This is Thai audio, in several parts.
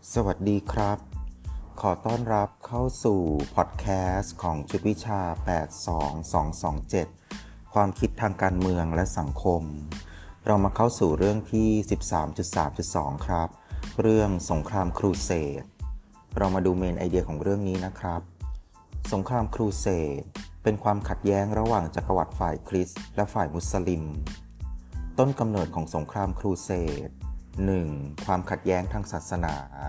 สวัสดีครับขอต้อนรับเข้าสู่พอดแคสต์ของชุดวิชา82227ความคิดทางการเมืองและสังคมเรามาเข้าสู่เรื่องที่ 13.3.2 ครับเรื่องสงครามครูเสดเรามาดูเมนไอเดียของเรื่องนี้นะครับสงครามครูเสดเป็นความขัดแย้งระหว่างจักรวรรดิฝ่ายคริสต์และฝ่ายมุสลิมต้นกำเนิดของสงครามครูเสด1. ความขัดแย้งทางศาสนา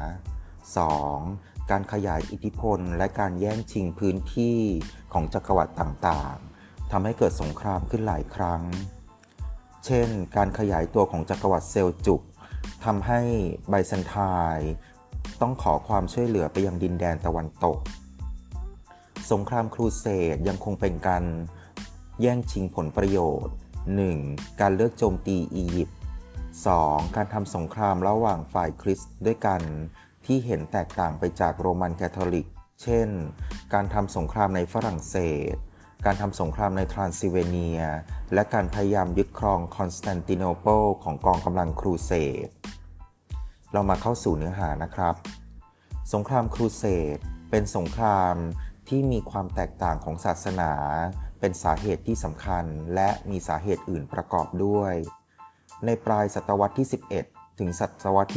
2. การขยายอิทธิพลและการแย่งชิงพื้นที่ของจักรวรรดิต่างๆทำให้เกิดสงครามขึ้นหลายครั้งเช่นการขยายตัวของจักรวรรดิเซลจุกทำให้ไบแซนไทน์ต้องขอความช่วยเหลือไปยังดินแดนตะวันตกสงครามครูเสดยังคงเป็นการแย่งชิงผลประโยชน์ 1. การเลือกโจมตีอียิปต์ 2. การทำสงครามระหว่างฝ่ายคริสต์ด้วยกันที่เห็นแตกต่างไปจากโรมันคาทอลิกเช่นการทำสงครามในฝรั่งเศสการทำสงครามในทรานซิลเวเนียและการพยายามยึดครองคอนสแตนติโนเปิลของกองกำลังครูเสดเรามาเข้าสู่เนื้อหานะครับสงครามครูเสดเป็นสงครามที่มีความแตกต่างของศาสนาเป็นสาเหตุที่สำคัญและมีสาเหตุอื่นประกอบด้วยในปลายศตวรรษที่ 11 ถึงศตวรรษที่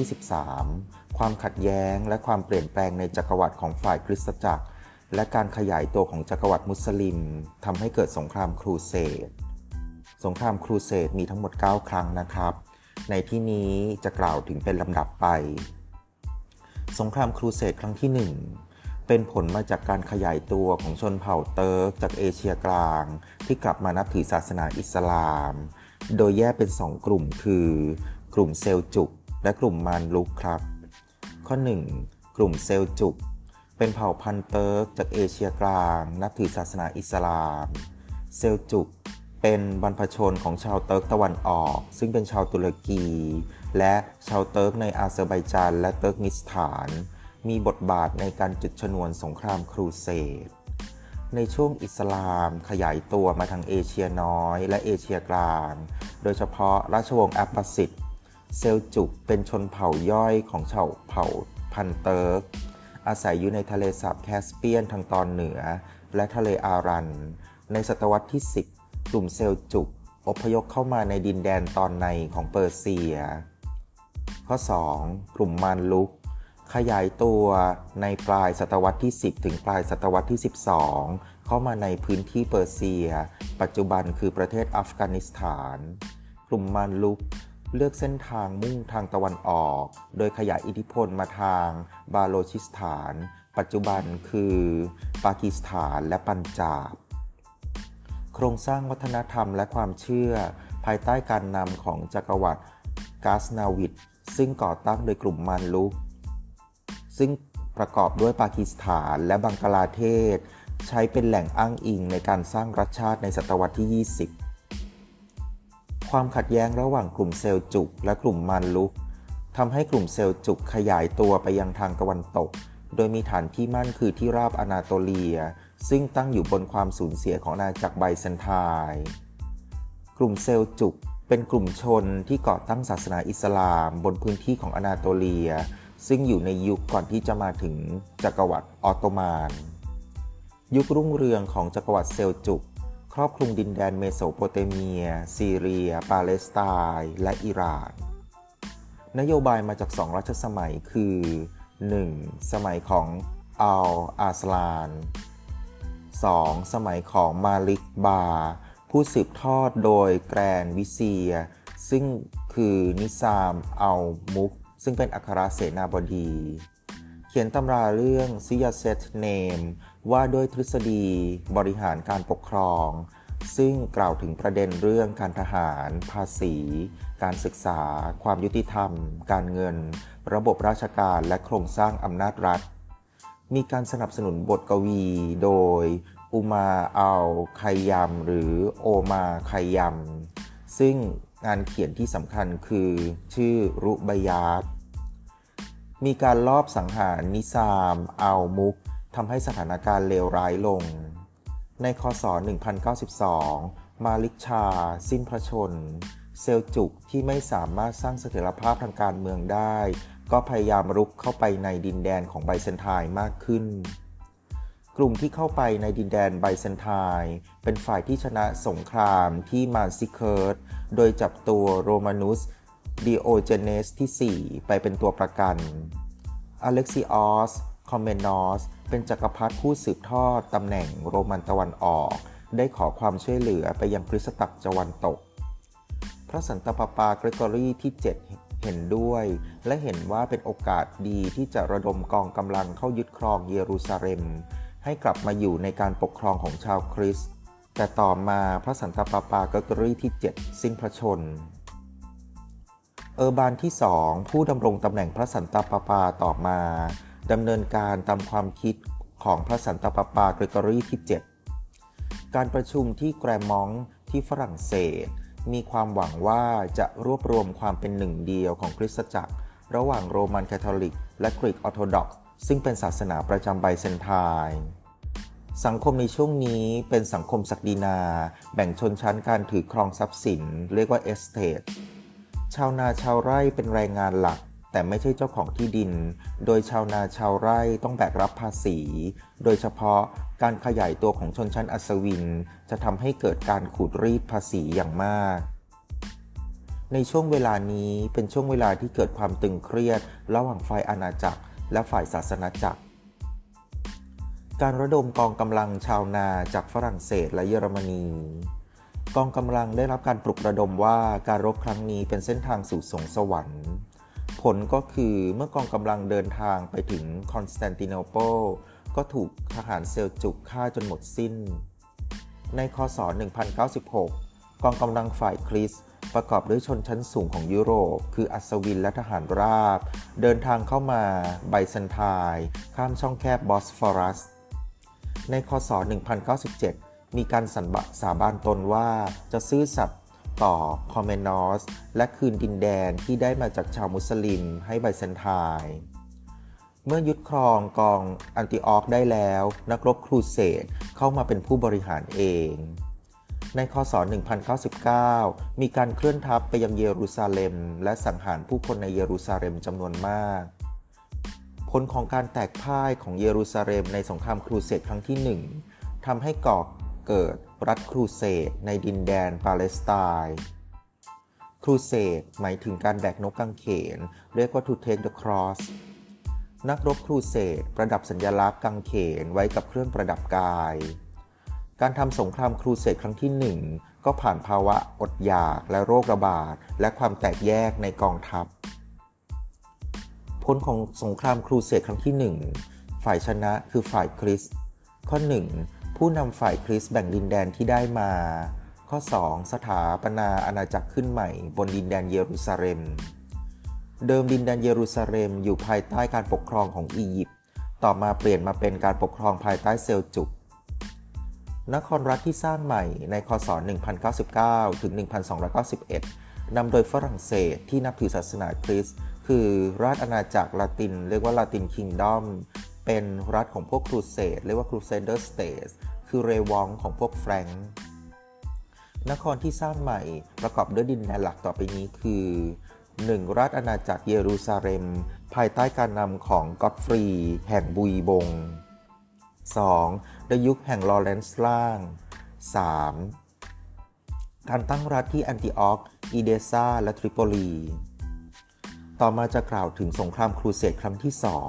13 ความขัดแย้งและความเปลี่ยนแปลงในจักรวรรดิของฝ่ายคริสตจักรและการขยายตัวของจักรวรรดิมุสลิมทำให้เกิดสงครามครูเสดสงครามครูเสดมีทั้งหมด 9 ครั้งนะครับในที่นี้จะกล่าวถึงเป็นลำดับไปสงครามครูเสดครั้งที่ 1เป็นผลมาจากการขยายตัวของชนเผ่าเติร์กจากเอเชียกลางที่กลับมานับถือศาสนาอิสลามโดยแยกเป็น2กลุ่มคือกลุ่มเซลจุกและกลุ่มมานลุกครับข้อ 1 กลุ่มเซลจุกเป็นเผ่าพันธุ์เติร์กจากเอเชียกลางนับถือศาสนาอิสลามเซลจุกเป็นบรรพชนของชาวเติร์กตะวันออกซึ่งเป็นชาวตุรกีและชาวเติร์กในอาเซอร์ไบจานและเติร์กมิสถานมีบทบาทในการจุดชนวนสงครามครูเสดในช่วงอิสลามขยายตัวมาทางเอเชียน้อยและเอเชียกลางโดยเฉพาะราชวงศ์อับบาสิดเซลจุกเป็นชนเผ่าย่อยของชาวเผ่าพันเติร์กอาศัยอยู่ในทะเลสาบแคสเปียนทางตอนเหนือและทะเลอารันในศตวรรษที่ 10 กลุ่มเซลจุกอพยพเข้ามาในดินแดนตอนในของเปอร์เซียข้อ 2 กลุ่มมานลุกขยายตัวในปลายศตวรรษที่ 10 ถึงปลายศตวรรษที่ 12 เข้ามาในพื้นที่เปอร์เซียปัจจุบันคือประเทศอัฟกานิสถานกลุ่มมานลุกเลือกเส้นทางมุ่งทางตะวันออกโดยขยายอิทธิพลมาทางบาโลชิสถานปัจจุบันคือปากีสถานและปัญจาบโครงสร้างวัฒนธรรมและความเชื่อภายใต้การนำของจักรวรรดิกาสนาวิดซึ่งก่อตั้งโดยกลุ่มมานลุกซึ่งประกอบด้วยปากีสถานและบังกลาเทศใช้เป็นแหล่งอ้างอิงในการสร้างรัฐชาติในศตวรรษที่ 20 ความขัดแย้งระหว่างกลุ่มเซลจุกและกลุ่มมานลุกทำให้กลุ่มเซลจุกขยายตัวไปยังทางตะวันตกโดยมีฐานที่มั่นคือที่ราบอนาโตเลียซึ่งตั้งอยู่บนความสูญเสียของอาณาจักรไบแซนไทน์กลุ่มเซลจุกเป็นกลุ่มชนที่ก่อตั้งศาสนาอิสลามบนพื้นที่ของอนาโตเลียซึ่งอยู่ในยุคก่อนที่จะมาถึงจักรวรรดิออตโตมันยุครุ่งเรืองของจักรวรรดิเซลจุกครอบคลุมดินแดนเมโสโปเตเมียซีเรียปาเลสไตน์และอิหร่านนโยบายมาจาก2รัชสมัยคือ 1. สมัยของอัลอาสลาน 2. สมัยของมาลิกบาผู้สืบทอดโดยแกรนด์วิเซียซึ่งคือนิซามอัลมุกซึ่งเป็นอัครเสนาบดีเขียนตำราเรื่องซิยาเซตเนมว่าด้วยทฤษฎีบริหารการปกครองซึ่งกล่าวถึงประเด็นเรื่องการทหารภาษีการศึกษาความยุติธรรมการเงินระบบราชการและโครงสร้างอำนาจรัฐมีการสนับสนุนบทกวีโดยอุมาอัลไคยัมหรือโอมาไคยัมซึ่งงานเขียนที่สำคัญคือชื่อรุบายาตมีการลอบสังหารนิซามอัลมุกทำให้สถานการณ์เลวร้ายลงในค.ศ. 1092 มาลิกชาสิ้นพระชนม์เซลจุกที่ไม่สามารถสร้างเสถียรภาพทางการเมืองได้ก็พยายามรุกเข้าไปในดินแดนของไบแซนไทน์มากขึ้นกลุ่มที่เข้าไปในดินแดนไบแซนไทน์เป็นฝ่ายที่ชนะสงครามที่มานซิเคิร์ตโดยจับตัวโรมานุสดิโอเจเนสที่ 4 ไปเป็นตัวประกันอเล็กซิออสคอมเมนอสเป็นจักรพรรดิผู้สืบทอดตำแหน่งโรมันตะวันออกได้ขอความช่วยเหลือไปยังคริสตจักรตะวันตกพระสันตะปาปาเกรกอรีที่ 7 เห็นด้วยและเห็นว่าเป็นโอกาสดีที่จะระดมกองกำลังเข้ายึดครองเยรูซาเล็มให้กลับมาอยู่ในการปกครองของชาวคริสต์แต่ต่อมาพระสันตะปาปาเกรกอรีที่ 7 สิ้นพระชนม์เออร์บานที่ 2 ผู้ดำรงตำแหน่งพระสันตะปาปาต่อมาดำเนินการตามความคิดของพระสันตะปาปาเกรกอรีที่ 7 การประชุมที่แกรมองที่ฝรั่งเศสมีความหวังว่าจะรวบรวมความเป็นหนึ่งเดียวของคริสตจักรระหว่างโรมันคาทอลิกและกรีกออร์โธดอกซ์ซึ่งเป็นศาสนาประจำไบแซนไทน์สังคมในช่วงนี้เป็นสังคมศักดินาแบ่งชนชั้นการถือครองทรัพย์สินเรียกว่าเอสเททชาวนาชาวไร่เป็นแรงงานหลักแต่ไม่ใช่เจ้าของที่ดินโดยชาวนาชาวไร่ต้องแบกรับภาษีโดยเฉพาะการขยายตัวของชนชั้นอัศวินจะทำให้เกิดการขูดรีดภาษีอย่างมากในช่วงเวลานี้เป็นช่วงเวลาที่เกิดความตึงเครียดระหว่างฝ่ายอาณาจักรและฝ่ายศาสนาจักรการระดมกองกำลังชาวนาจากฝรั่งเศสและเยอรมนีกองกำลังได้รับการปลุกระดมว่าการรบครั้งนี้เป็นเส้นทางสู่สวงสวรรค์ผลก็คือเมื่อกองกำลังเดินทางไปถึงคอนสแตนติโนเปิลก็ถูกทหารเซลจุกฆ่าจนหมดสิ้นในค.ศ. 1096 กองกำลังฝ่ายคริสต์ประกอบด้วยชนชั้นสูงของยุโรปคืออัศวินและทหารราบเดินทางเข้ามาไบแซนไทน์ข้ามช่องแคบบอสฟอรัสในค.ศ. 1097 มีการสาบานตนว่าจะซื่อสัตย์ต่อคอมเมนอสและคืนดินแดนที่ได้มาจากชาวมุสลิมให้ไบแซนไทน์เมื่อยึดครองกองอันติออกได้แล้วนักรบครูเสดเข้ามาเป็นผู้บริหารเองในค.ศ. 1099 มีการเคลื่อนทัพไปยังเยรูซาเล็มและสังหารผู้คนในเยรูซาเล็มจำนวนมากผลของการแตกพ่ายของเยรูซาเล็มในสงครามครูเสดครั้งที่ 1ทำให้ก่อเกิดรัฐครูเสดในดินแดนปาเลสไตน์ครูเสดหมายถึงการแบกนกกางเขนเรียกว่า to take the cross นักรบครูเสดประดับสัญลักษณ์กางเขนไว้กับเครื่องประดับกายการทำสงครามครูเสดครั้งที่ 1ก็ผ่านภาวะอดอยากและโรคระบาดและความแตกแยกในกองทัพผลของสงครามครูเสดครั้งที่ 1ฝ่ายชนะคือฝ่ายคริสต์ข้อ 1ผู้นำฝ่ายคริสต์แบ่งดินแดนที่ได้มาข้อ 2สถาปนาอาณาจักรขึ้นใหม่บนดินแดนเยรูซาเล็มเดิมดินแดนเยรูซาเล็มอยู่ภายใต้การปกครองของอียิปต์ต่อมาเปลี่ยนมาเป็นการปกครองภายใต้เซลจุกนครรัฐที่สร้างใหม่ในค.ศ. 1099 ถึง 1291 นำโดยฝรั่งเศสที่นับถือศาสนาคริสต์คือราชอาณาจักรลาตินเรียกว่าลาตินคิงดอมเป็นรัฐของพวกครูเสดเรียกว่าครูเซเดอร์สเตทคือเรวองของพวกแฟรงก์นครที่สร้างใหม่ประกอบด้วยดินแดนหลักต่อไปนี้คือ 1. ราชอาณาจักรเยรูซาเล็มภายใต้การนำของก็อตฟรีแห่งบุยบง 2. ในยุคแห่งลอเรนซ์ล่าง 3. การตั้งรัฐที่แอนติออกอีเดซาและทริโปลีต่อมาจะกล่าวถึงสงครามครูเสดครั้งที่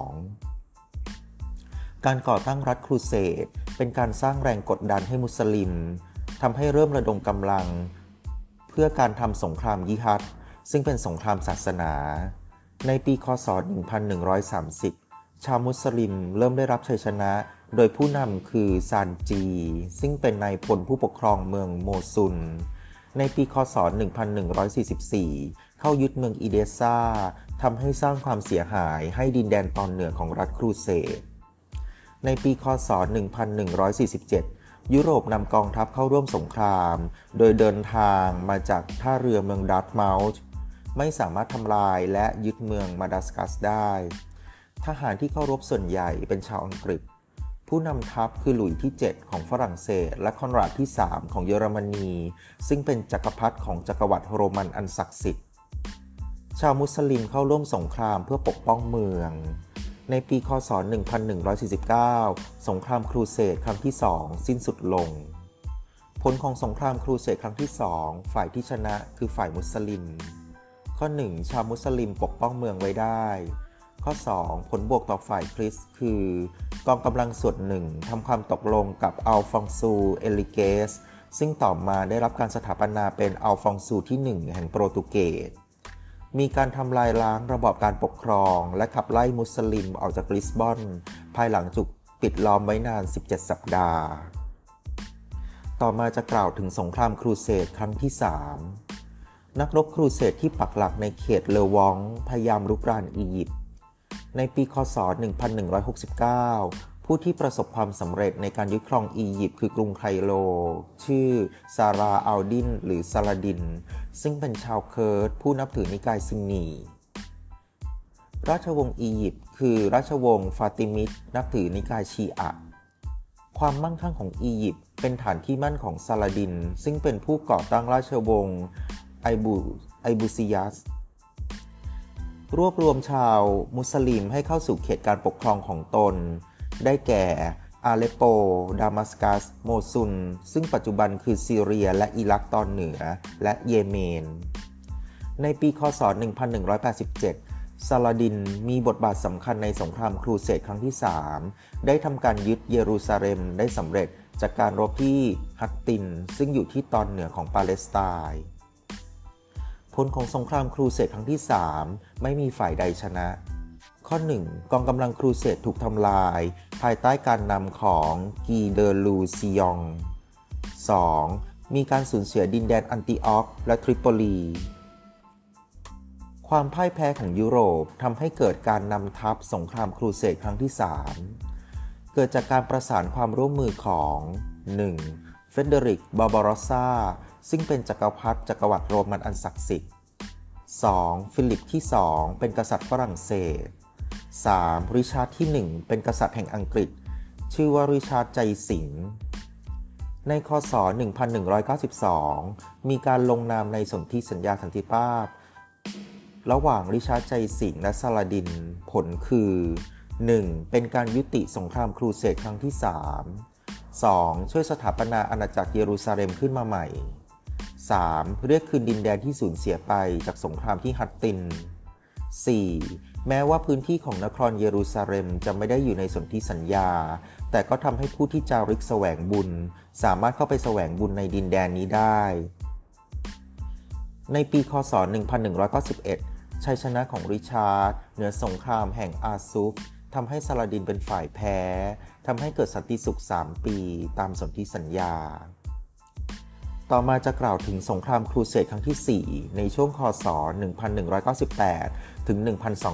2การก่อตั้งรัฐครูเสดเป็นการสร้างแรงกดดันให้มุสลิมทำให้เริ่มระดมกำลังเพื่อการทำสงครามยิฮัดซึ่งเป็นสงครามศาสนาในปีค.ศ. 1130ชาวมุสลิมเริ่มได้รับชัยชนะโดยผู้นำคือซานจีซึ่งเป็นนายพลผู้ปกครองเมืองโมซุลในปีค.ศ. 1144เข้ายึดเมืองอีเดซาทำให้สร้างความเสียหายให้ดินแดนตอนเหนือของรัฐครูเสดในปีค.ศ. 1147ยุโรปนำกองทัพเข้าร่วมสงครามโดยเดินทางมาจากท่าเรือเมืองดัตเมาส์ไม่สามารถทำลายและยึดเมืองมาดาสกัสได้ทหารที่เข้ารบส่วนใหญ่เป็นชาวอังกฤษผู้นำทัพคือหลุยส์ที่ 7 ของฝรั่งเศสและคอนราดที่ 3 ของเยอรมนีซึ่งเป็นจักรพรรดิของจักรวรรดิโรมันอันศักดิ์สิทธิ์ชาวมุสลิมเข้าร่วมสงครามเพื่อปกป้องเมืองในปีคศ1149สงครามครูเสดครั้งที่2สิ้นสุดลงผลของสงครามครูเสดครั้งที่2ฝ่ายที่ชนะคือฝ่ายมุสลิมข้อ1ชาวมุสลิมปกป้องเมืองไว้ได้ข้อ2ผลบวกต่อฝ่ายคริสต์คือกองกำลังส่วนหนึ่งทำความตกลงกับอัลฟองซูเอลิเกสซึ่งต่อมาได้รับการสถาปนาเป็นอัลฟองซูที่1แห่งโปรตุเกสมีการทำลายล้างระบอบการปกครองและขับไล่มุสลิมออกจากลิสบอนภายหลังถูกปิดล้อมไว้นาน17สัปดาห์ต่อมาจะกล่าวถึงสงครามครูเสดครั้งที่3นักรบครูเสดที่ปักหลักในเขตเลอวองพยายามรุกรานอียิปต์ในปีคศ1169ผู้ที่ประสบความสำเร็จในการยึดครองอียิปต์คือกรุงไคโรชื่อซาราอัลดินหรือซาลาดินซึ่งเป็นชาวเคิร์ดผู้นับถือนิกายซุนนีราชวงศ์อียิปต์คือราชวงศ์ฟาติมิดนับถือนิกายชีอะห์ความมั่งคั่งของอียิปต์เป็นฐานที่มั่นของซาลาดินซึ่งเป็นผู้ก่อตั้งราชวงศ์ไอบูซิยัสรวบรวมชาวมุสลิมให้เข้าสู่เขตการปกครองของตนได้แก่อาเลปโปดามัสกัสโมซุลซึ่งปัจจุบันคือซีเรียและอิรักตอนเหนือและเยเมนในปีคศ1187ซาลาดินมีบทบาทสำคัญในสงครามครูเสดครั้งที่3ได้ทำการยึดเยรูซาเล็มได้สำเร็จจากการรบที่ฮัตตินซึ่งอยู่ที่ตอนเหนือของปาเลสไตน์ผลของสงครามครูเสดครั้งที่3ไม่มีฝ่ายใดชนะข้อ1กองกำลังครูเสดถูกทำลายภายใต้การนำของกีเดอลูซิยอง 2. มีการสูญเสียดินแดนอันติออกและทริโปลีความพ่ายแพ้ของยุโรปทำให้เกิดการนำทัพสงครามครูเสดครั้งที่3เกิดจากการประสานความร่วมมือของ 1. เฟเดริก บาร์บาโรซาซึ่งเป็นจักรพรรดิจักรวรรดิโรมันอันศักดิ์สิทธิ์ 2. ฟิลิปที่2เป็นกษัตริย์ฝรั่งเศส 3. ริชาร์ดที่1เป็นกษัตริย์แห่งอังกฤษชื่อว่าริชาร์ดใจสิงห์ในคศ1192มีการลงนามในสนธิสัญญาสันติภาพระหว่างริชาร์ดใจสิงห์และซาลาดินผลคือ 1. เป็นการยุติสงครามครูเสดครั้งที่3 2. ช่วยสถาปนาอาณาจักรเยรูซาเล็มขึ้นมาใหม่ 3. เรียกคืนดินแดนที่สูญเสียไปจากสงครามที่ฮัตติน 4. แม้ว่าพื้นที่ของนครเยรูซาเล็มจะไม่ได้อยู่ในสนธิสัญญาแต่ก็ทำให้ผู้ที่จาริกแสวงบุญสามารถเข้าไปแสวงบุญในดินแดนนี้ได้ในปีคศ1191ชัยชนะของริชาร์ดเหนือสงครามแห่งอาซุฟทำให้ซาลาดินเป็นฝ่ายแพ้ทำให้เกิดสันติสุข3ปีตามสนธิสัญญาต่อมาจะกล่าวถึงสงครามครูเสดครั้งที่4ในช่วงคศ1198ถึง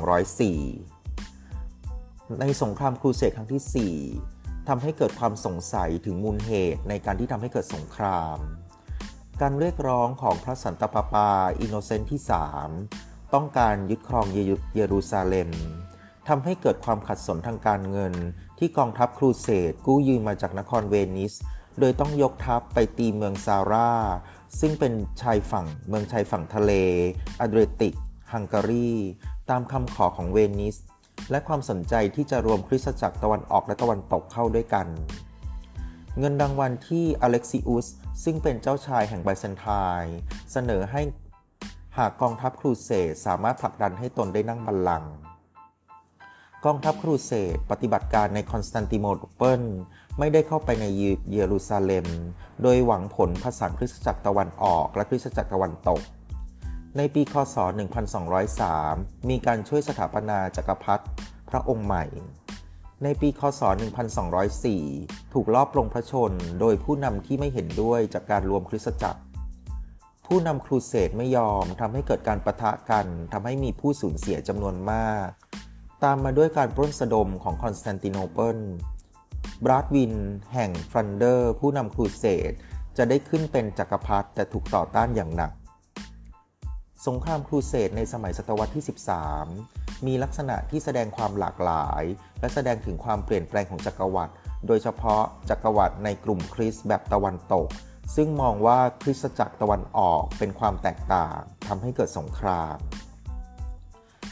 1204ในสงครามครูเสดครั้งที่4ทำให้เกิดความสงสัยถึงมูลเหตุในการที่ทำให้เกิดสงครามการเรียกร้องของพระสันตะปาปาอินโนเซนต์ที่3ต้องการยึดครองเยรูซาเล็มทำให้เกิดความขัดสนทางการเงินที่กองทัพครูเสดกู้ยืมมาจากนครเวนิสโดยต้องยกทัพไปตีเมืองซาร่าซึ่งเป็นเมืองชายฝั่งทะเลอะเดรียติกฮังการีตามคำขอของเวนิสและความสนใจที่จะรวมคริสตจักรตะวันออกและตะวันตกเข้าด้วยกันเงินรางวัลที่อเล็กซิอุสซึ่งเป็นเจ้าชายแห่งไบแซนไทน์เสนอให้หากกองทัพครูเสดสามารถผลักดันให้ตนได้นั่งบัลลังก์กองทัพครูเสดปฏิบัติการในคอนสแตนติโนเปิลไม่ได้เข้าไปในเยรูซาเล็มโดยหวังผลผสานคริสตจักรตะวันออกและคริสตจักรตะวันตกในปีคศ1203มีการช่วยสถาปนาจักรพรรดิพระองค์ใหม่ในปีคศ1204ถูกลอบปลงพระชนโดยผู้นำที่ไม่เห็นด้วยจากการรวมคริสตจักรผู้นำครูเสดไม่ยอมทำให้เกิดการปะทะกันทำให้มีผู้สูญเสียจำนวนมากตามมาด้วยการปล้นสะดมของคอนสแตนติโนเปิลบราดวินแห่งฟลันเดอร์ผู้นำครูเสดจะได้ขึ้นเป็นจักรพรรดิแต่ถูกต่อต้านอย่างหนักสงครามครูเสดในสมัยศตวรรษที่13มีลักษณะที่แสดงความหลากหลายและแสดงถึงความเปลี่ยนแปลงของจักรวรรดิโดยเฉพาะจักรวรรดิในกลุ่มคริสต์แบบตะวันตกซึ่งมองว่าคริสตจักรตะวันออกเป็นความแตกต่างทำให้เกิดสงคราม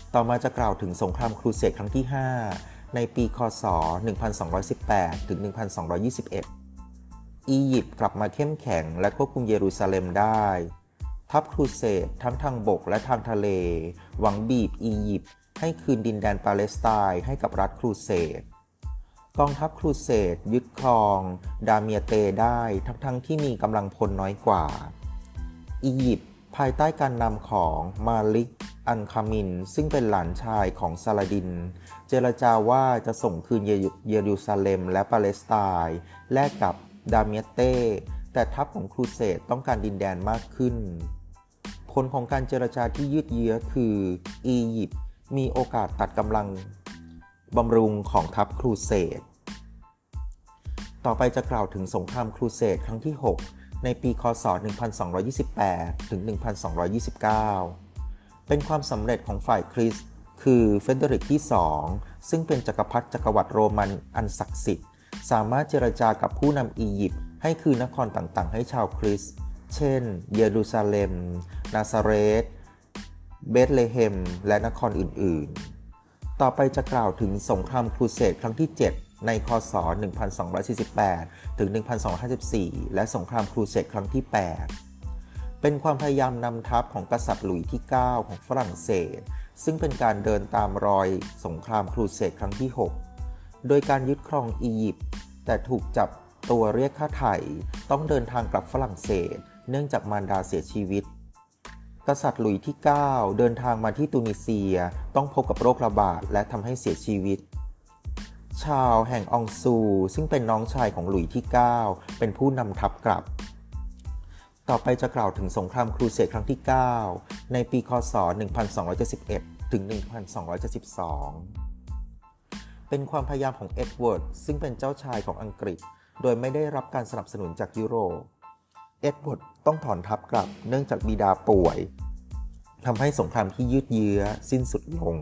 ต่อมาจะกล่าวถึงสงครามครูเสดครั้งที่ 5 ในปีคศ 1218 ถึง 1221 อียิปต์กลับมาเข้มแข็งและควบคุมเยรูซาเล็มได้ทัพครูเสดทั้งทางบกและทางทะเลหวังบีบอียิปต์ให้คืนดินแดนปาเลสไตน์ให้กับรัฐครูเสดกองทัพครูเสดยึดครองดาเมียเตได้ทั้งที่มีกำลังพลน้อยกว่าอียิปต์ภายใต้การนำของมาลิกอันคามินซึ่งเป็นหลานชายของซาลาดินเจรจาว่าจะส่งคืนเยรูซาเล็มและปาเลสไตน์แลกกับดาเมียเตแต่ทัพของครูเสดต้องการดินแดนมากขึ้นผลของการเจรจาที่ยืดเยื้อคืออียิปต์มีโอกาสตัดกำลังบำรุงของทัพครูเสดต่อไปจะกล่าวถึงสงครามครูเสดครั้งที่ 6 ในปีคศ 1228 ถึง 1229 เป็นความสำเร็จของฝ่ายคริสต์คือเฟเดริกที่ 2 ซึ่งเป็นจักรพรรดิจักรวรรดิโรมันอันศักดิ์สิทธิ์สามารถเจรจากับผู้นำอียิปต์ให้คืนนครต่างๆให้ชาวคริสต์เช่นเยรูซาเล็มนาซาเรตเบธเลเฮมและนครอื่นๆต่อไปจะกล่าวถึงสงครามครูเสดครั้งที่ 7 ในคศ 1248 ถึง 1254 และสงครามครูเสดครั้งที่ 8 เป็นความพยายามนำทัพของกษัตริย์หลุยส์ที่ 9 ของฝรั่งเศสซึ่งเป็นการเดินตามรอยสงครามครูเสดครั้งที่ 6 โดยการยึดครองอียิปต์แต่ถูกจับตัวเรียกค่าไถ่ต้องเดินทางกลับฝรั่งเศสเนื่องจากมารดาเสียชีวิตกษัตริย์หลุยส์ที่ 9 เดินทางมาที่ตูนิเซียต้องพบกับโรคระบาดและทำให้เสียชีวิตชาวแห่งองซูซึ่งเป็นน้องชายของหลุยส์ที่ 9 เป็นผู้นำทัพกลับต่อไปจะกล่าวถึงสงครามครูเสดครั้งที่ 9 ในปีคศ 1271 ถึง 1272 เป็นความพยายามของเอ็ดเวิร์ดซึ่งเป็นเจ้าชายของอังกฤษโดยไม่ได้รับการสนับสนุนจากยุโรปเอ็ดเวิร์ดต้องถอนทัพกลับเนื่องจากบิดาป่วยทำให้สงครามที่ยืดเยื้อสิ้นสุดลง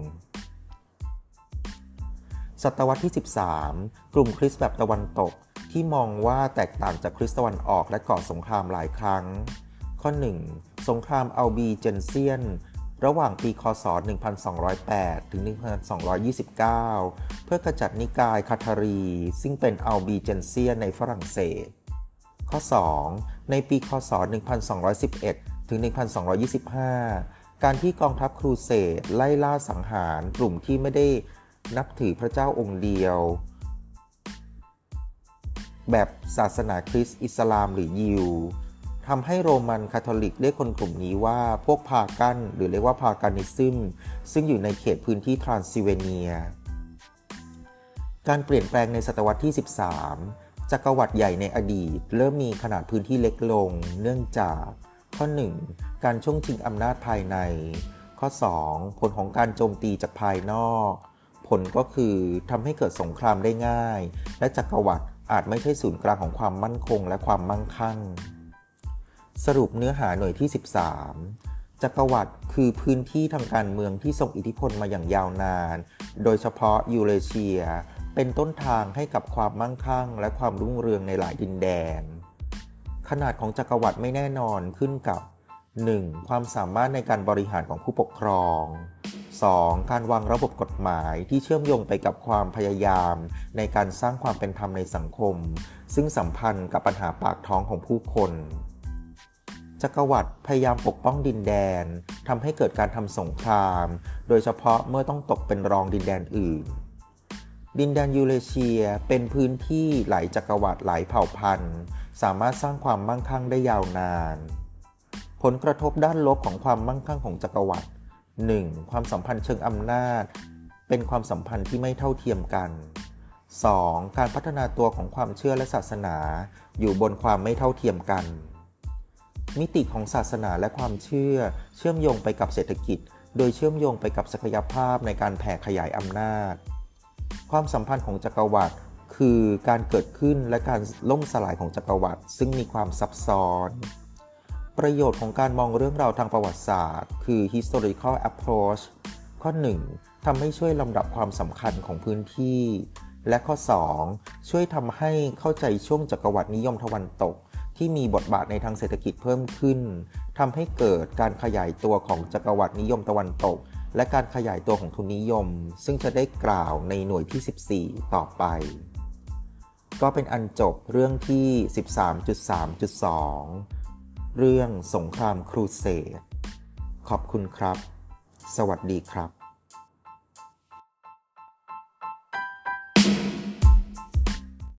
ศตวรรษที่ 13 กลุ่มคริสต์แบบตะวันตกที่มองว่าแตกต่างจากคริสต์ตะวันออกและก่อสงครามหลายครั้งข้อ 1. สงครามอัลบีเจนเซียนระหว่างปีคศ 1208 ถึง 1229 เพื่อกำจัดนิกายคาทารีซึ่งเป็นอัลบีเจนเซียนในฝรั่งเศสข้อ 2. ในปีคศ 1211 ถึง 1225 การที่กองทัพครูเสดไล่ล่าสังหารกลุ่มที่ไม่ได้นับถือพระเจ้าองค์เดียวแบบศาสนาคริสต์อิสลามหรือยิวทำให้โรมันคาทอลิกเรียกคนกลุ่มนี้ว่าพวกพากันหรือเรียกว่าพาการนิซึมซึ่งอยู่ในเขตพื้นที่ทรานซิลเวเนียการเปลี่ยนแปลงในศตวรรษที่ 13 จักรวรรดิใหญ่ในอดีตเริ่มมีขนาดพื้นที่เล็กลงเนื่องจากข้อ 1. การช่วงชิงอำนาจภายในข้อ 2. ผลของการโจมตีจากภายนอกผลก็คือทำให้เกิดสงครามได้ง่ายและจักรวรรดิอาจไม่ใช่ศูนย์กลางของความมั่นคงและความมั่งคั่งสรุปเนื้อหาหน่วยที่ 13 จักรวรรดิคือพื้นที่ทางการเมืองที่ทรงอิทธิพลมาอย่างยาวนานโดยเฉพาะยูเรเชียเป็นต้นทางให้กับความมั่งคั่งและความรุ่งเรืองในหลายดินแดนขนาดของจักรวรรดิไม่แน่นอนขึ้นกับ 1. ความสามารถในการบริหารของผู้ปกครอง 2. การวางระบบกฎหมายที่เชื่อมโยงไปกับความพยายามในการสร้างความเป็นธรรมในสังคมซึ่งสัมพันธ์กับปัญหาปากท้องของผู้คนจักรวรรดิพยายามปกป้องดินแดนทำให้เกิดการทำสงครามโดยเฉพาะเมื่อต้องตกเป็นรองดินแดนอื่นดินแดนยูเรเชียเป็นพื้นที่หลายจักรวรรดิหลายเผ่าพันธุ์สามารถสร้างความมั่งคั่งได้ยาวนานผลกระทบด้านลบของความมั่งคั่งของจักรวรรดิ 1. ความสัมพันธ์เชิงอำนาจเป็นความสัมพันธ์ที่ไม่เท่าเทียมกัน 2. การพัฒนาตัวของความเชื่อและศาสนาอยู่บนความไม่เท่าเทียมกันมิติของศาสนาและความเชื่อมโยงไปกับเศรษฐกิจโดยเชื่อมโยงไปกับศักยภาพในการแผ่ขยายอำนาจความสัมพันธ์ของจักรวรรดิคือการเกิดขึ้นและการล่มสลายของจักรวรรดิซึ่งมีความซับซ้อนประโยชน์ของการมองเรื่องราวทางประวัติศาสตร์คือ historical approach ข้อ 1. ทำให้ช่วยลำดับความสำคัญของพื้นที่และข้อ 2. ช่วยทำให้เข้าใจช่วงจักรวรรดินิยมตะวันตกที่มีบทบาทในทางเศรษฐกิจเพิ่มขึ้นทำให้เกิดการขยายตัวของจักรวรรดินิยมตะวันตกและการขยายตัวของทุนนิยมซึ่งจะได้กล่าวในหน่วยที่ 14 ต่อไปก็เป็นอันจบเรื่องที่ 13.3.2 เรื่องสงครามครูเสดขอบคุณครับสวัสดีครับ